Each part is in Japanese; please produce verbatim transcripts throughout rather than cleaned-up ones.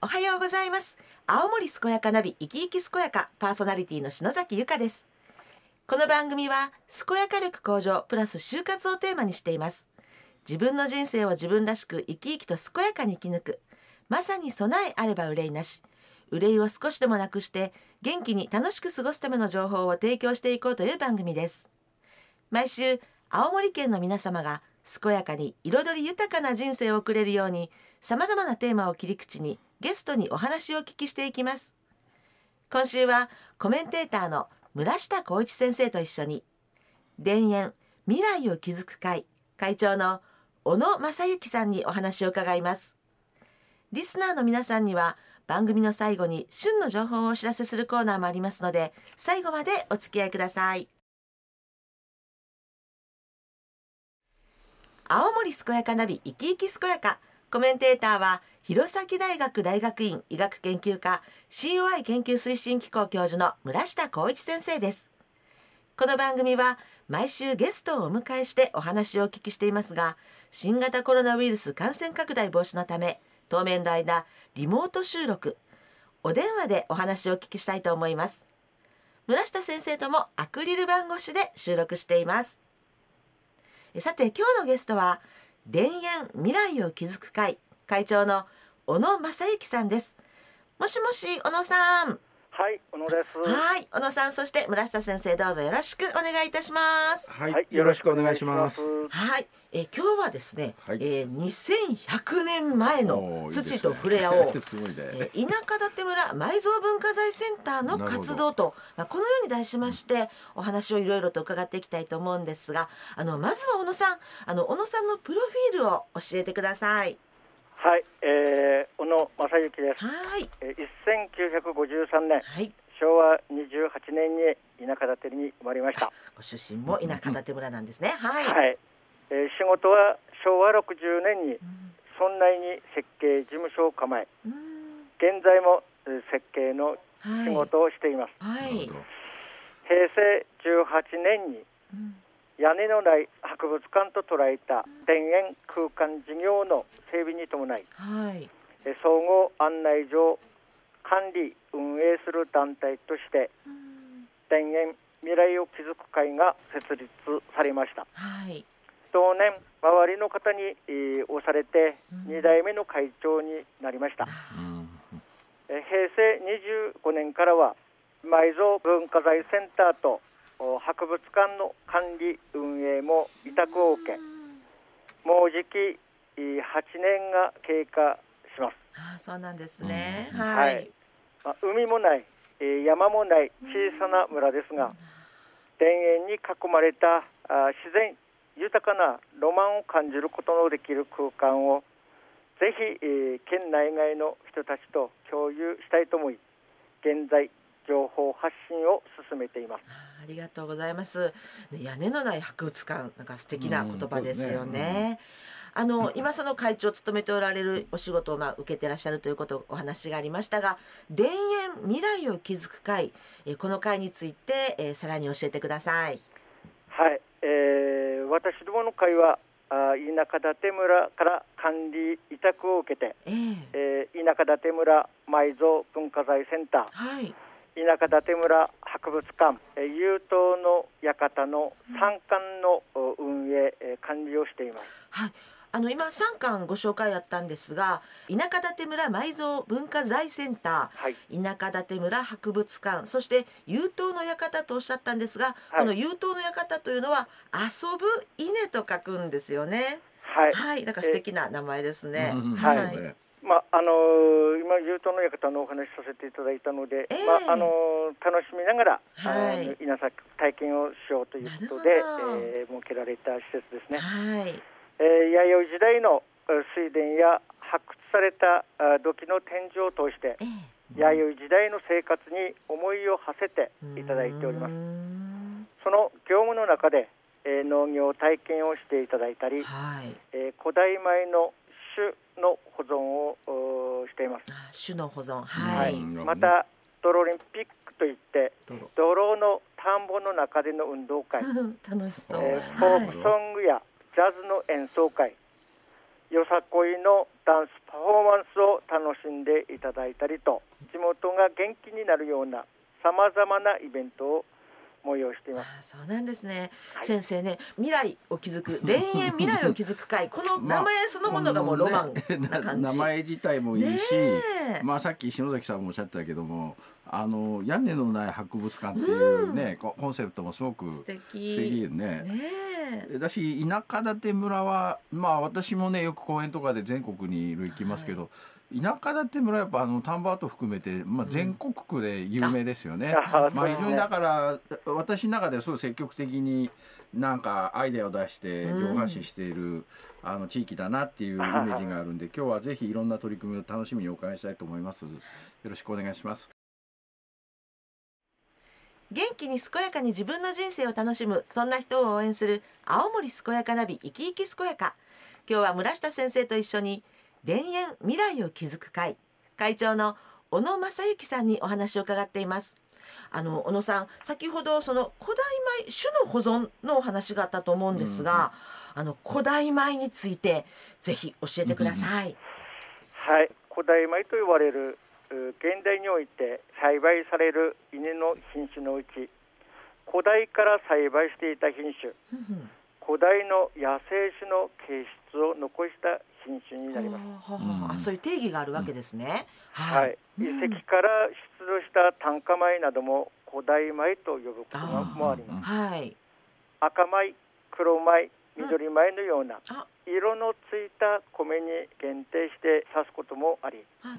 おはようございます。青森健やかナビ、生き生き健やか、パーソナリティの篠崎由香です。この番組は健やか力向上プラス就活をテーマにしています。自分の人生を自分らしく生き生きと健やかに生き抜く、まさに備えあれば憂いなし、憂いを少しでもなくして元気に楽しく過ごすための情報を提供していこうという番組です。毎週青森県の皆様が健やかに彩り豊かな人生を送れるように、さまざまなテーマを切り口にゲストにお話をお聞きしていきます。今週はコメンテーターの村下孝一先生と一緒に、田園未来を築く会会長の小野正幸さんにお話を伺います。リスナーの皆さんには番組の最後に旬の情報をお知らせするコーナーもありますので、最後までお付き合いください。青森健やかナビ、生き生き健やか、コメンテーターは弘前大学大学院医学研究科 シーオーアイ 研究推進機構教授の村下孝一先生です。この番組は毎週ゲストをお迎えしてお話をお聞きしていますが、新型コロナウイルス感染拡大防止のため当面の間リモート収録、お電話でお話をお聞きしたいと思います。村下先生ともアクリル板越しで収録しています。さて、今日のゲストは田園未来を築く会会長の小野正幸さんです。もしもし、小野さん。 はい、小野です。 はい、小野さん、そして村下先生、どうぞよろしくお願いいたします。 はい、はい、よろしくお願いします。 はい、え今日はですね、 はい、 えー、にせんひゃくねんまえの土と触れ合おう、いい、ね、えー、田舎館村埋蔵文化財センターの活動と、まあ、このように題しまして、うん、お話をいろいろと伺っていきたいと思うんですが、あのまずは小野さん、あの小野さんのプロフィールを教えてください。 はい、えー、小野正幸です。 はい、 えー、せんきゅうひゃくごじゅうさんねん、はい、しょうわにじゅうはちねんに田舎館に生まれました。 ご出身も田舎館村なんですね。はい、 はい、えー、仕事はしょうわろくじゅうねんに村内に設計事務所を構え、うん、現在も設計の仕事をしています。 はいはい、 へいせいじゅうはちねんに、うん、屋根のない博物館と捉えた田園空間事業の整備に伴い、 はい、 総合案内所管理運営する団体として田園未来を築く会が設立されました。 はい、 当年周りの方に、えー、押されてにだいめの会長になりました。うん、えへいせいにじゅうごねんからは埋蔵文化財センターと博物館の管理運営も委託を受け、もうじきはちねんが経過します。 ああ、そうなんですね。 うん、はい、まあ、海もない、えー、山もない小さな村ですが、田園に囲まれたあ自然豊かなロマンを感じることのできる空間をぜひ、えー、県内外の人たちと共有したいと思い、現在情報発信を進めています。 あ, ありがとうございます。屋根のない博物館、なんか素敵な言葉ですよね。うん、あの今その会長を務めておられるお仕事をまあ受けてらっしゃるということお話がありましたが、田園未来を築く会、えこの会について、えー、さらに教えてください。 はい、えー、私どもの会はあ田舎館村から管理委託を受けて、えーえー、田舎館村埋蔵文化財センター、はい、田舎館村博物館、有東の館のさんかんの運営、うん、管理をしています。 はい、あの今さんかんご紹介あったんですが、田舎館村埋蔵文化財センター、はい、田舎館村博物館、そして有東の館とおっしゃったんですが、はい、この有東の館というのは遊ぶ稲と書くんですよね。はい、はい、なんか素敵な名前ですね。えー、はい、はい、 まああのー、今有東の館のお話しさせていただいたので、えーまああのー、楽しみながら、はい、稲作体験をしようということで、えー、設けられた施設ですね。はい、えー、弥生時代の水田や発掘された土器の展示を通して、えー、弥生時代の生活に思いを馳せていただいております。その業務の中で、えー、農業体験をしていただいたり、はい、えー、古代米の種の保存をしています。 種の保存、はい、はい、 またドロリンピックといってドローの田んぼの中での運動会楽しそう、 えー、フォークソングやジャズの演奏会、よさこいのダンスパフォーマンスを楽ししんでいただいたりと、地元が元気になるようなさまざまなイベントを催しています。 あ、そうなんですね、はい、先生ね、未来を築く田園未来を築く会この名前そのものがもうロマンな感じ、 まあね、名前自体もいいし、まあ、さっき篠崎さんもおっしゃってたけども、あの屋根のない博物館っていうね、うん、コンセプトもすごく素敵、素敵よね。ねだし田舎館村は、まあ私もねよく公園とかで全国にいる行きますけど、はい、田舎館村はやっぱあの田んぼアート含めて、まあ、全国区で有名ですよね、うん、まあ非常にだから私の中ではすごい積極的になんかアイデアを出して情発信している、うん、あの地域だなっていうイメージがあるんで、今日はぜひいろんな取り組みを楽しみにお伺いしたいと思います。よろしくお願いします。 元気に健やかに自分の人生を楽しむ、そんな人を応援する青森健やかナビ生き生き健やか。今日は村下先生と一緒に田園未来を築く会会長の小野正幸さんにお話を伺っています。あの小野さん、先ほどその古代米種の保存のお話があったと思うんですが、うん、あの古代米についてぜひ教えてください。 うん、はい、古代米と呼ばれる現代において栽培される稲の品種のうち、古代から栽培していた品種、うん、古代の野生種の形質を残した品種になります。 ははは、あ、そういう定義があるわけですね。 うん、はい、はい、遺跡から出土した単価米なども古代米と呼ぶこともあります。はい、赤米、黒米、緑米のような色のついた米に限定して指すこともあり、うん、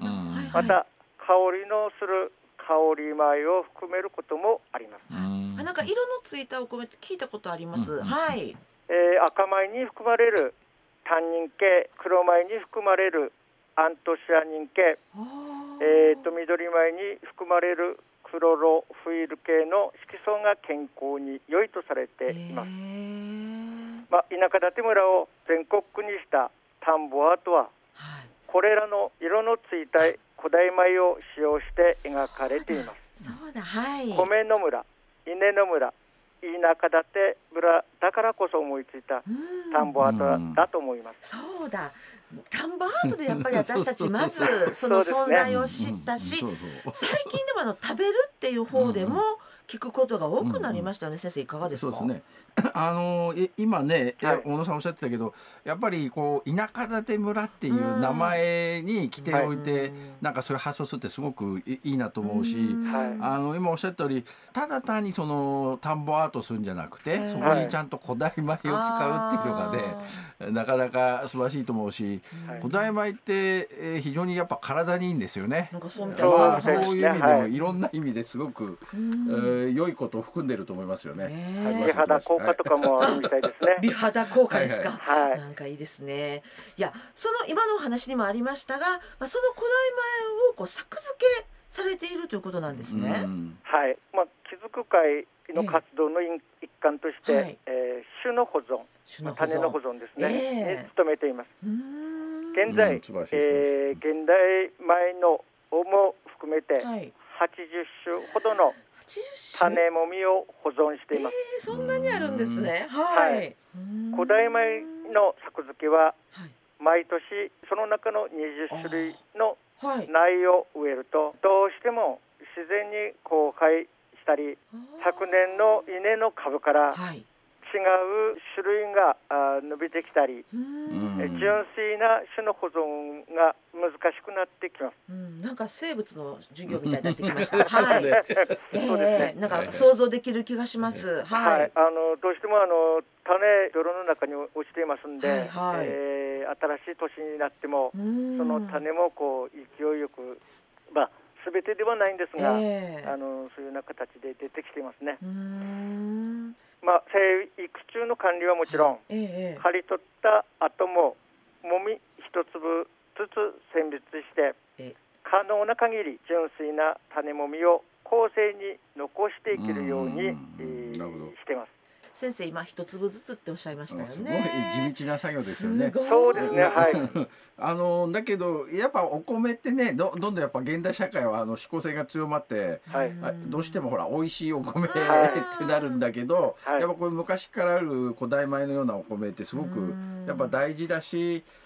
また香りのする香り米を含めることもあります。 あ、なんか色のついたお米って聞いたことあります。うん、はい、 えー、赤米に含まれるタンニン系、黒米に含まれるアントシアニン系、えー、と緑米に含まれるクロロフィール系の色素が健康に良いとされています。まあ、田舎館村を全国区にした田んぼアートは、はい、これらの色のついた古代米を使用して描かれています。 そうだ、はい、 米の村、稲の村、田舎館村だからこそ思いついた田んぼアートだと思います。 そうだ、田んぼアートでやっぱり私たちまずその存在を知ったし、最近でもあの食べるっていう方でも聞くことが多くなりましたよね。うんうん、先生いかがですか？ そうですね。あの今ね、はい、小野さんおっしゃってたけど、やっぱりこう田舎館村っていう名前に起点を置いて、うん、なんかそういう発想するってすごくいいなと思うし、うん、あの今おっしゃった通り、ただ単にその田んぼアートするんじゃなくて、はい、そこにちゃんと古代米を使うっていうのがね、なかなか素晴らしいと思うし、はい、古代米って、えー、非常にやっぱ体にいいんですよね。 なんかそうみたいな、 まあ、そういう意味でも、はい、いろんな意味ですごく、えー、良いことを含んでると思いますよね。 美肌効果とかもあるみたいですね。 美肌効果ですか。 はいはい、 なんかいいですね。いや、その今のお話にもありましたが、まあ、その古代米をこう作付けされているということなんですね。 うん、はい、まあ、木づく会の活動の一環として、えーえー、種の保存、まあ、種の保存ですね、えー、に努めています。現在、うん、えー、現代米のをも含めてはちじゅっ種ほどの種もみを保存しています。 えー、そんなにあるんですね。はい、はい、 古代米の作付けは毎年その中のにじゅっしゅるいの苗を植えるとどうしても自然に交配したり、昨年の稲の株から違う種類が伸びてきたり、純粋な種の保存が難しくなってきます。 うん、なんか生物の授業みたいになってきました。はい、そうですね。なんか想像できる気がします。はい。はい、 あのどうしてもあの種泥の中に落ちていますんで、はいはい、えー、新しい年になってもその種もこう勢いよく、まあ全てではないんですが、えー、あのそういうような形で出てきていますね。うーん、まあ、生育中の管理はもちろん、ええ、刈り取った後ももみ一粒ずつ選別して可能な限り純粋な種もみを後世に残していけるように、えー、しています。 先生今一粒ずつっておっしゃいましたよね。 すごい地道な作業ですよね。 そうですね、はい。 あのだけどやっぱお米ってね ど, どんどんやっぱ現代社会はあの指向性が強まって、はい、どうしてもほら美味しいお米ってなるんだけど、はい、やっぱこれ昔からある古代米のようなお米ってすごくやっぱ大事だし、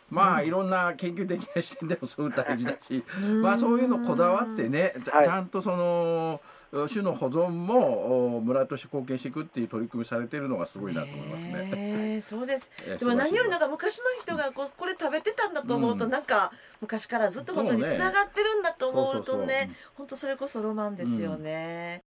まあいろんな研究的な視点でもすごい大事だし、まあそういうのこだわってね、ちゃんとその種の保存も村として貢献していくっていう取り組みされているのがすごいなと思いますね。 えー、そうです。でも何よりなんか昔の人がこうこれ食べてたんだと思うと、うん、なんか昔からずっと本当につながってるんだと思うとね、本当それこそロマンですよね。うん、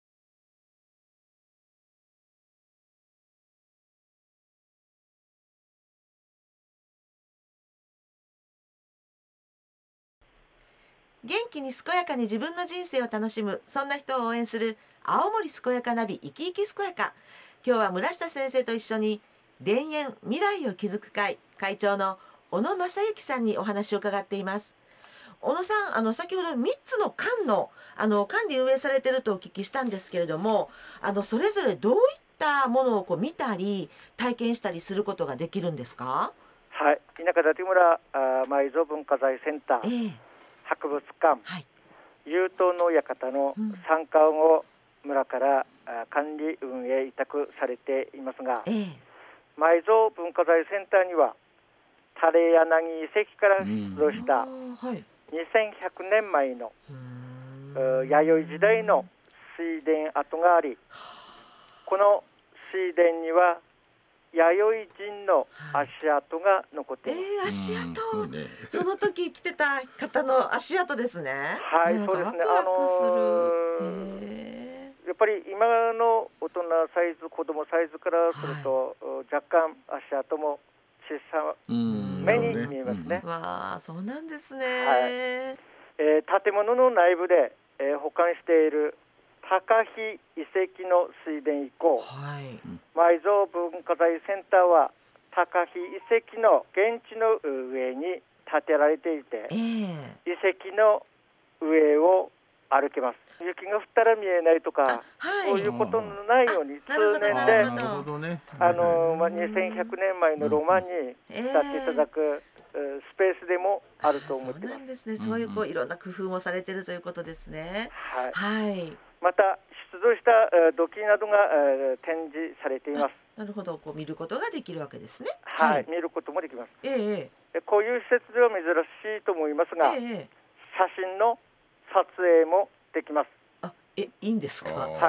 元気に健やかに自分の人生を楽しむ、そんな人を応援する青森健やかナビ、生き生き健やか。今日は村下先生と一緒に田園未来を築く会会長の小野正幸さんにお話を伺っています。小野さん、あの先ほどみっつの館のあの管理運営されているとお聞きしたんですけれども、あのそれぞれどういったものをこう見たり体験したりすることができるんですか？ はい、田舎館村埋蔵文化財センター、えー、博物館、はい、有東の館の参観を村から管理運営委託されていますが、えー、埋蔵文化財センターには垂柳遺跡から出土したにせんひゃくねんまえの弥生時代の水田跡があり、この水田には弥生人の足跡が残っています。 えー、足跡、うん、その時来てた方の足跡ですね。 はい、そうですね。あのー、やっぱり今の大人サイズ、子供サイズからすると、はい、若干足跡も小さめに見えますね。 うん、わあ、そうなんですね。 はい、えー、建物の内部で、えー、保管している高飛遺跡の水田以降、はい、埋蔵文化財センターは高飛遺跡の現地の上に建てられていて、えー、遺跡の上を歩けます。雪が降ったら見えないとか、はい、そういうことのないように通年で、あの、まあ、にせんひゃくねんまえのロマンに浸っていただく、えー、スペースでもあると思っています。 そうなんですね。そういうこういろんな工夫もされているということですね。はい。はい、 また出土した土器などが展示されています。 なるほど、こう見ることができるわけですね。 はい、はい、見ることもできます。 ええこういう施設では珍しいと思いますが、え写真の撮影もできます。 あ、え、いいんですか？ はい、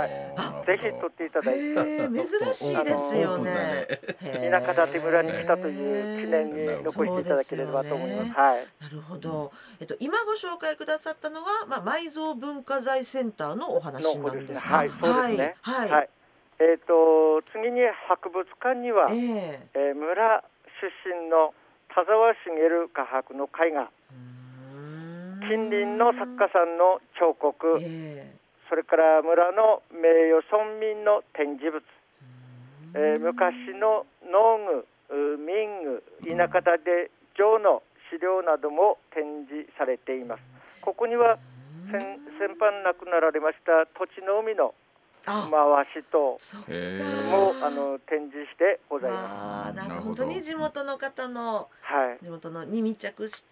ぜひ撮っていただいて。 珍しいですよね。 田舎館村に来たという記念に残していただければと思います。はい。 なるほど。えっと今ご紹介くださったのは、まあ埋蔵文化財センターのお話なんですか？ はい、そうですね。はい。はい、えっと次に博物館には、えーえー、村出身の田沢茂画伯の絵画、近隣の作家さんの彫刻、えー、それから村の名誉村民の展示物、えー、昔の農具、民具、田舎館で城の資料なども展示されています。ここには先般亡くなられました土地の海の回しともあの展示してございます。 なんか本当に地元の方の、はい、地元のに密着した、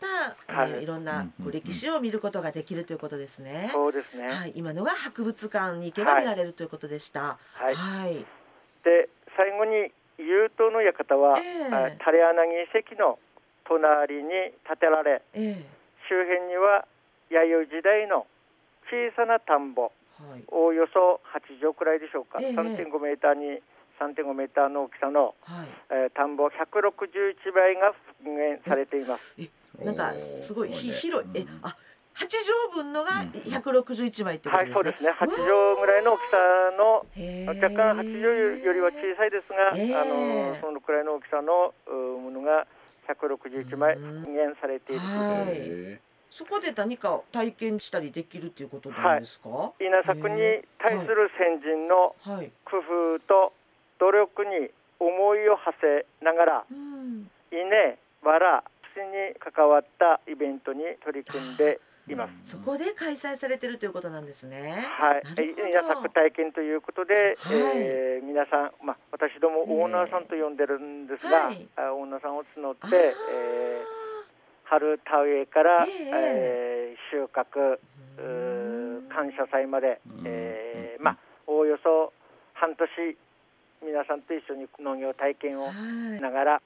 はいえー、いろんなこう歴史を見ることができるということですね。 そうですね。 はい、今のは博物館に行けば見られるということでした。 はい。はい、で最後に有東の館は、えー、垂柳遺跡の隣に建てられ、えー、周辺には弥生時代の小さな田んぼ、はい、おおよそはちじょうくらいでしょうか、えー、さんてんごメーターに さんてんごメーターの大きさの、はいえー、田んぼひゃくろくじゅういちばいが復元されています。 ええなんかすごい広い、えあはちじょうぶんのがひゃくろくじゅういちばいということですね。 はい、そうですね。はちじょうぐらいの大きさの若干はちじょうよりは小さいですが、あのそのくらいの大きさのものがひゃくろくじゅういちまい復元されているという。 そこで何か体験したりできるということなんですか？はい、稲作に対する先人の工夫と努力に思いを馳せながら、稲、わら、土に関わったイベントに取り組んでいます。 そこで開催されているということなんですね。 はい、稲作体験ということで、はいえー、皆さん、まあ、私どもオーナーさんと呼んでるんですが、はい、オーナーさんを募って、えー春田植えから、えーえー、収穫感謝祭まで、えーまあ、おおよそ半年皆さんと一緒に農業体験をしながら、え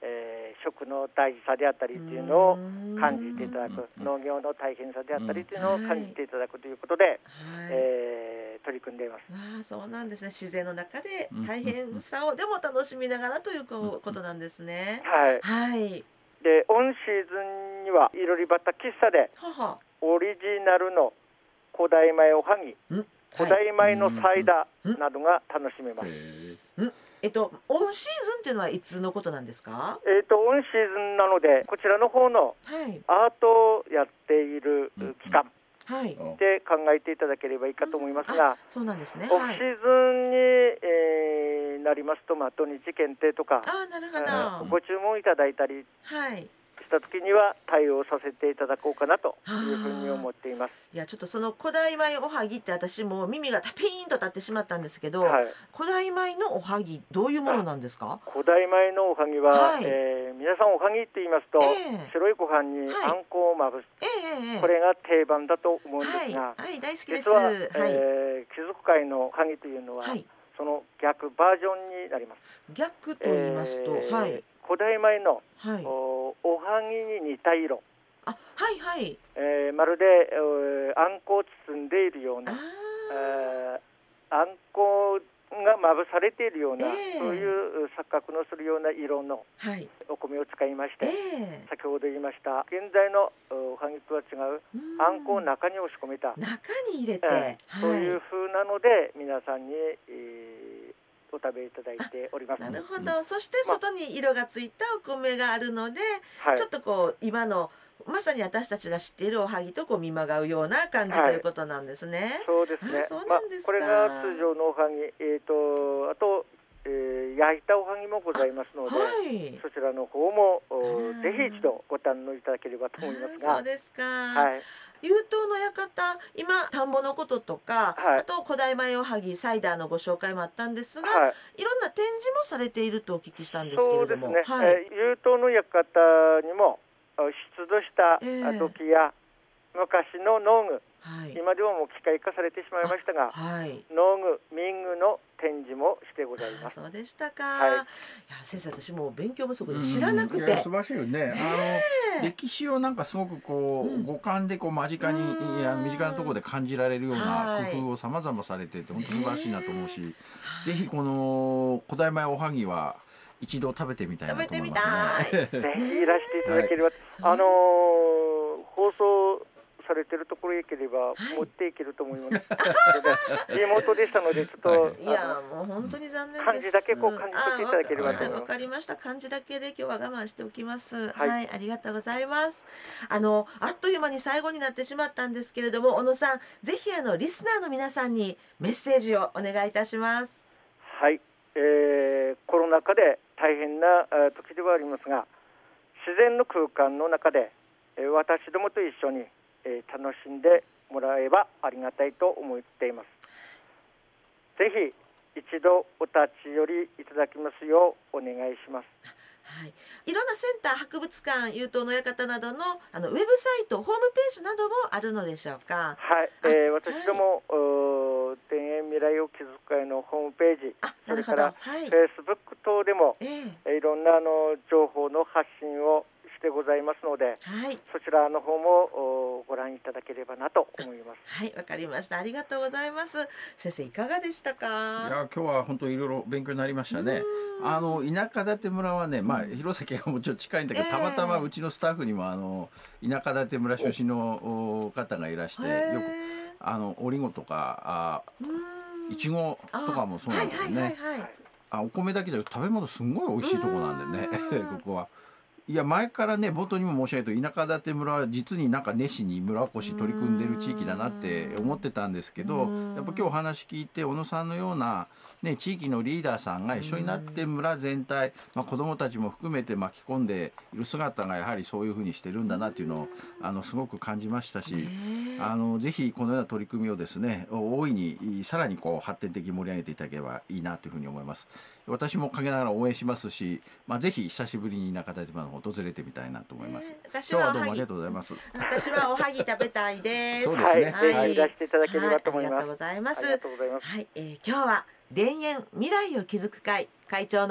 えー、食の大事さであったりというのを感じていただく、農業の大変さであったりというのを感じていただくということで、はいえー、取り組んでいます。 あそうなんですね。自然の中で大変さをでも楽しみながらということなんですね。 はい、 はい、 でオンシーズンにはいろりばた喫茶でははオリジナルの古代米おはぎ、古代米のサイダーなどが楽しめます。 んえっと、オンシーズンっていうのはいつのことなんですか？ えっと、オンシーズンなのでこちらの方のアートをやっている期間で考えていただければいいかと思いますが、 そうなんですね。 オフシーズンに、えー、なりますと、まあ、土日限定とかあなるほどご注文いただいたり、はいした時には対応させていただこうかなというふうに思っています。 いやちょっとその古代米おはぎって私も耳がタピーンと立ってしまったんですけど、はい、古代米のおはぎどういうものなんですか？ 古代米のおはぎは、はいえー、皆さんおはぎって言いますと、えー、白いご飯にあんこをまぶす、はいえー、これが定番だと思うんですが、 はいはい、大好きです。 実は、えー、貴族会のおはぎというのは、はい、その逆バージョンになります。 逆と言いますと、えーはい古代米の、はい、お, おはぎに似た色、 あ、はいはいえー、まるで、えー、あんこを包んでいるような あ,、えー、あんこがまぶされているような、えー、そういう錯覚のするような色のお米を使いまして、はいえー、先ほど言いました現在のおはぎとは違うあんこを中に押し込めた中に入れて、 えー、そういう風なので皆さんに、えーお食べいただいております。 なるほど、うん、そして外に色がついたお米があるので、まあ、ちょっとこう今のまさに私たちが知っているおはぎとこう見まがうような感じ、はい、ということなんですね。 そうですね。 そうなんですか。 まあ、これが通常のおはぎ、えーと、あと、えー、焼いたおはぎもございますので、はい、そちらの方もぜひ一度ご堪能いただければと思いますが。 そうですか。はいゆうとうの館、今田んぼのこととか、はい、あと古代米おはぎサイダーのご紹介もあったんですが、はい、いろんな展示もされているとお聞きしたんですけれども、 そうですね、はいえー、ゆうとうの館にも出土した土器や昔の農具、はい、今ではもう機械化されてしまいましたが、はい、農具民具の展示もしてございます。 そうでしたか、はい、いや先生私もう勉強不足で知らなくて、 うん、いや素晴らしいよね。あの歴史をなんかすごくこう、うん、五感でこう間近にいや身近なところで感じられるような工夫をさまざまされてて本当素晴らしいなと思うし、ぜひこの古代米おはぎは一度食べてみたいなと思いますね。 ぜひいらしていただければ、はい、あのー、放送されてるところへ行ければ持っていけると思います。地元でしたのでちょっと、はい、 いやもう本当に残念です。 漢字だけこう感じていただければと思います。 わかりました。漢字だけで今日は我慢しておきます。はい、はい、ありがとうございます。あのあっという間に最後になってしまったんですけれども、小野さんぜひあのリスナーの皆さんにメッセージをお願いいたします。 はい、えー、コロナ禍で大変な時ではありますが、自然の空間の中で私どもと一緒にえー、楽しんでもらえばありがたいと思っています。ぜひ一度お立ち寄りいただきますようお願いします。 はい、いろんなセンター博物館ゆうとうの館などのあのウェブサイトホームページなどもあるのでしょうか？ はい、えー、私ども、はい、田園未来を築く会のホームページ、それからフェイスブック等でも、えー、いろんなあの情報の発信をしてございますので、はい、そちらの方もご覧いただければなと思います。 はい、わかりました。ありがとうございます。先生いかがでしたか？ いや今日は本当にいろいろ勉強になりましたね。あの田舎館村はね、まあ弘前がもちろん近いんだけど、えー、たまたまうちのスタッフにもあの田舎館村出身の方がいらして、よくあのオリゴとかあいちごとかもそうなんだけどね。あお米だけじゃ食べ物すごい美味しいとこなんでねここは。いや前からね冒頭にも申し上げた田舎館村は実になんか熱心に村おこし取り組んでる地域だなって思ってたんですけど、やっぱ今日お話聞いて小野さんのような、ね、地域のリーダーさんが一緒になって村全体、まあ、子どもたちも含めて巻き込んでいる姿がやはりそういうふうにしてるんだなっていうのをあのすごく感じましたし、あのぜひこのような取り組みをですね大いにさらにこう発展的に盛り上げていただければいいなというふうに思います。私も陰ながら応援しますし、まあ、ぜひ久しぶりに田舎館村の方訪れてみたいなと思います。 えー、私は今日はどうもありがとうございます。 私はおはぎ食べたいです。 そうですね。 はい、いらしていただければと思います。 はい、ありがとうございます。 ありがとうございます。 はい、えー、今日は田園未来を築く会会長の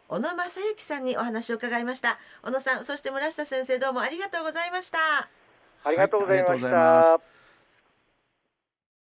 小野正幸さんにお話を伺いました。小野さん、そして村下先生、どうもありがとうございました。 ありがとうございました。